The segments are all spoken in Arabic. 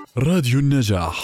راديو النجاح.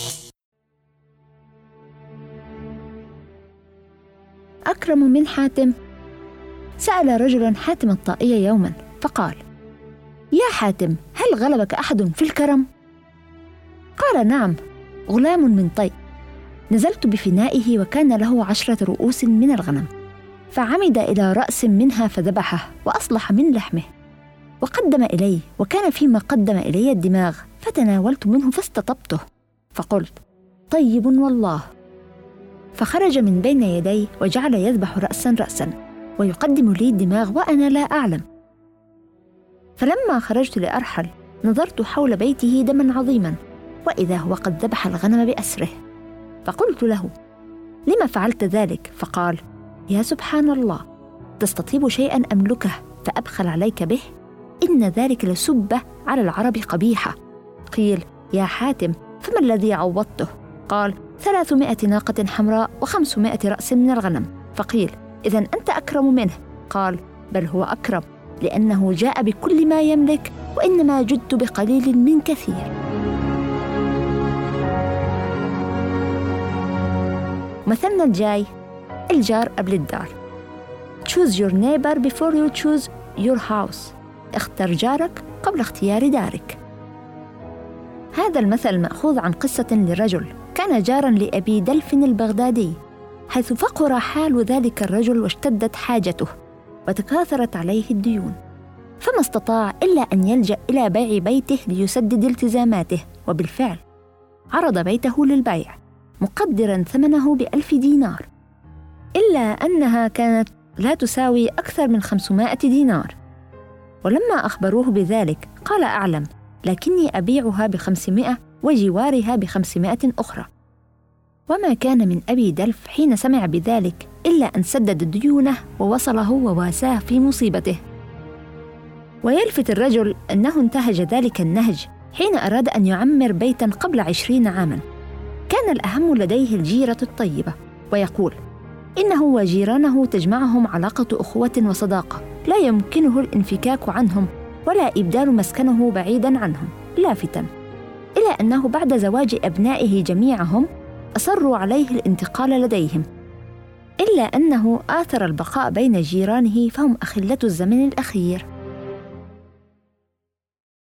أكرم من حاتم. سأل رجل حاتم الطائي يوما فقال: يا حاتم، هل غلبك أحد في الكرم؟ قال: نعم، غلام من طي، نزلت بفنائه وكان له 10 رؤوس من الغنم، فعمد إلى رأس منها فذبحه وأصلح من لحمه، وقدم إلي، وكان فيما قدم إلي الدماغ، فتناولت منه فاستطبته، فقلت: طيب والله. فخرج من بين يدي وجعل يذبح رأسا رأسا ويقدم لي الدماغ وأنا لا أعلم. فلما خرجت لأرحل نظرت حول بيته دما عظيما، وإذا هو قد ذبح الغنم بأسره، فقلت له: لما فعلت ذلك؟ فقال: يا سبحان الله، تستطيب شيئا أملكه فأبخل عليك به؟ إن ذلك لسبة على العرب قبيحة. قيل: يا حاتم، فما الذي عوضته؟ قال: 300 ناقة حمراء و500 رأس من الغنم. فقيل: إذن أنت أكرم منه؟ قال: بل هو أكرم، لأنه جاء بكل ما يملك، وإنما جدت بقليل من كثير. مثلنا الجاي: الجار قبل الدار. Choose your neighbor before you choose your house. اختر جارك قبل اختيار دارك. هذا المثل مأخوذ عن قصة لرجل كان جاراً لأبي دلف البغدادي، حيث فقر حال ذلك الرجل واشتدت حاجته وتكاثرت عليه الديون، فما استطاع إلا أن يلجأ إلى بيع بيته ليسدد التزاماته، وبالفعل عرض بيته للبيع مقدراً ثمنه ب1000 دينار، إلا أنها كانت لا تساوي أكثر من 500 دينار. ولما أخبروه بذلك قال: أعلم، لكني أبيعها ب500 وجوارها ب500 أخرى. وما كان من أبي دلف حين سمع بذلك إلا أن سدد ديونه ووصله وواساه في مصيبته. ويلفت الرجل أنه انتهج ذلك النهج حين أراد أن يعمر بيتاً قبل 20 عاماً. كان الأهم لديه الجيرة الطيبة، ويقول: إنه وجيرانه تجمعهم علاقة أخوة وصداقة لا يمكنه الانفكاك عنهم ولا إبدال مسكنه بعيداً عنهم، لافتاً إلى أنه بعد زواج أبنائه جميعهم أصروا عليه الانتقال لديهم، إلا أنه آثر البقاء بين جيرانه، فهم أخلة الزمن الأخير.